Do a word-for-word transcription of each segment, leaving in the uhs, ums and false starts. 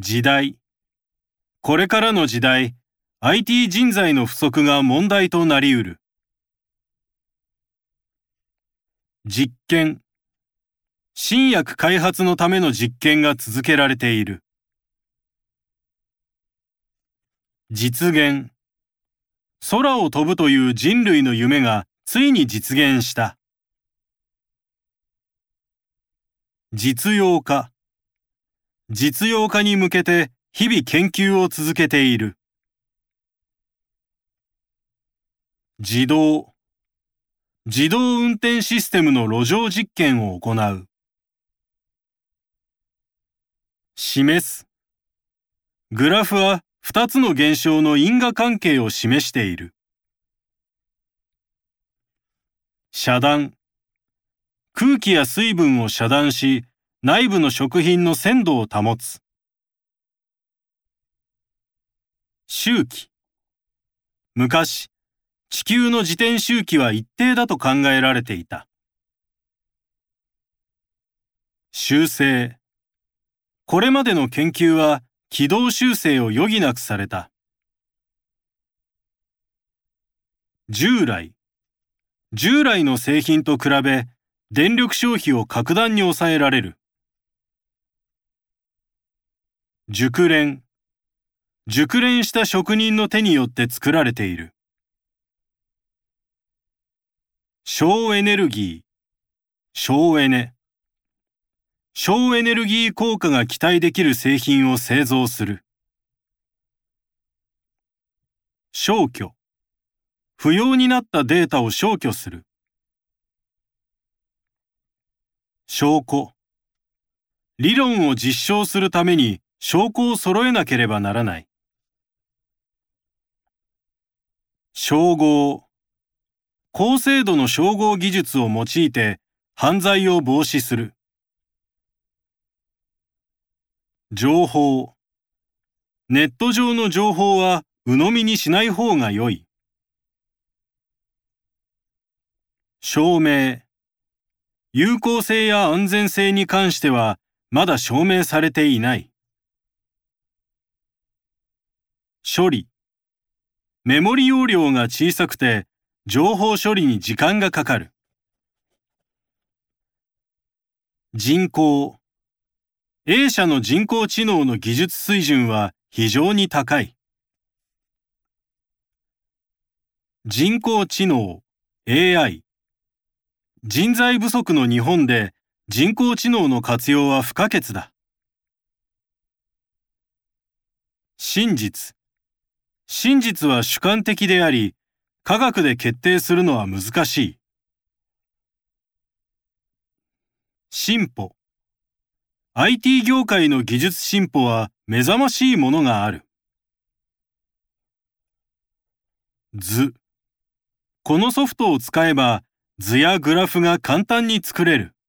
時代。これからの時代、アイティー 人材の不足が問題となり得る。実験。新薬開発のための実験が続けられている。実現。空を飛ぶという人類の夢がついに実現した。実用化。実用化に向けて日々研究を続けている。自動。自動運転システムの路上実験を行う。示す。グラフはふたつの現象の因果関係を示している。遮断。空気や水分を遮断し、内部の食品の鮮度を保つ。周期。昔、地球の自転周期は一定だと考えられていた。修正。これまでの研究は軌道修正を余儀なくされた。従来。従来の製品と比べ、電力消費を格段に抑えられる。熟練。熟練した職人の手によって作られている。省エネルギー。省エネ。省エネルギー効果が期待できる製品を製造する。消去。不要になったデータを消去する。証拠。理論を実証するために証拠を揃えなければならない。照合。高精度の照合技術を用いて犯罪を防止する。情報。ネット上の情報は鵜呑みにしない方が良い。証明。有効性や安全性に関してはまだ証明されていない。処理。メモリ容量が小さくて情報処理に時間がかかる。人工。A 社の人工知能の技術水準は非常に高い。人工知能 エーアイ。人材不足の日本で人工知能の活用は不可欠だ。真実。真実は主観的であり、科学で決定するのは難しい。進歩。アイティー 業界の技術進歩は目覚ましいものがある。図。このソフトを使えば図やグラフが簡単に作れる。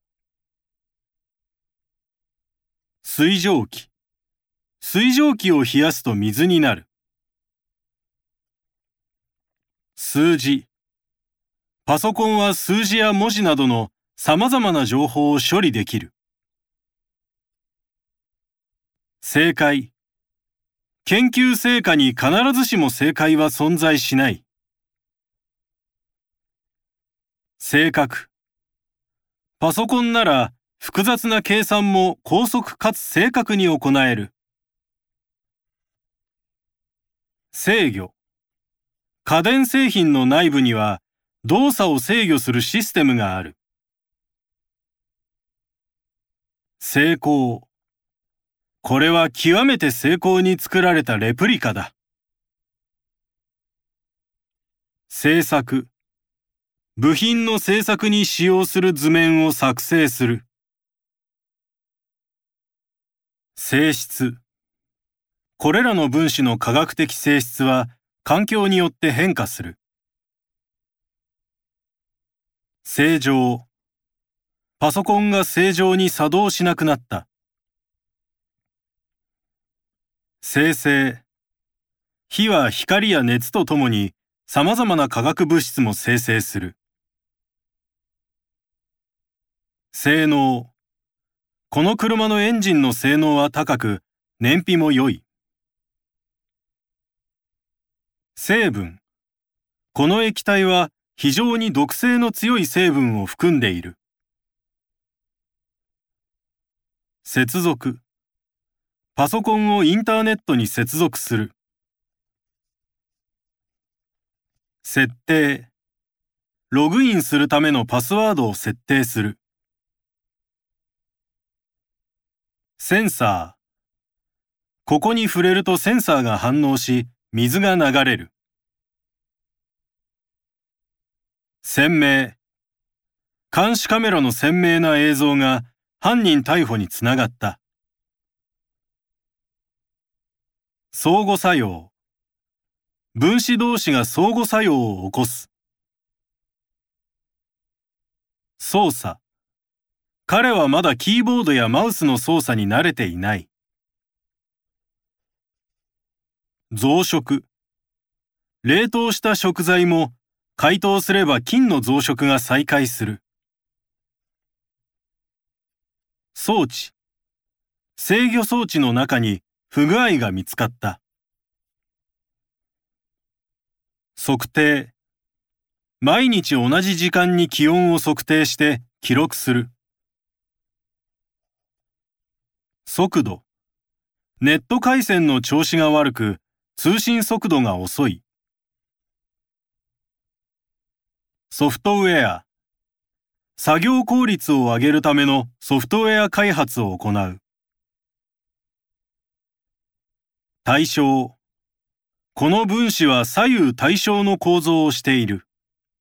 水蒸気。水蒸気を冷やすと水になる。数字。パソコンは数字や文字などの様々な情報を処理できる。正解。研究成果に必ずしも正解は存在しない。正確。パソコンなら複雑な計算も高速かつ正確に行える。制御。家電製品の内部には動作を制御するシステムがある。成功。これは極めて精巧に作られたレプリカだ。製作。部品の製作に使用する図面を作成する。性質。これらの分子の化学的性質は環境によって変化する。正常。パソコンが正常に作動しなくなった。生成。火は光や熱とともに様々な化学物質も生成する。性能。この車のエンジンの性能は高く、 燃費も良い。成分。この液体は非常に毒性の強い成分を含んでいる。接続。パソコンをインターネットに接続する。設定。ログインするためのパスワードを設定する。センサー。ここに触れるとセンサーが反応し、水が流れる。鮮明。監視カメラの鮮明な映像が犯人逮捕につながった。相互作用。分子同士が相互作用を起こす。操作。彼はまだキーボードやマウスの操作に慣れていない。増殖。冷凍した食材も解凍すれば菌の増殖が再開する。装置。制御装置の中に不具合が見つかった。測定。毎日同じ時間に気温を測定して記録する。速度。ネット回線の調子が悪く、通信速度が遅い。ソフトウェア。作業効率を上げるためのソフトウェア開発を行う。対称。この分子は左右対称の構造をしている。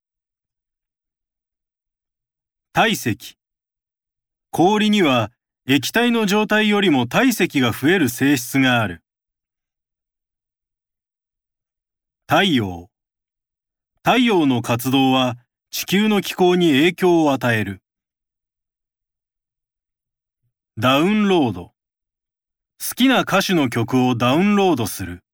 体積。氷には液体の状態よりも体積が増える性質がある。太陽。太陽の活動は地球の気候に影響を与える。ダウンロード。好きな歌手の曲をダウンロードする。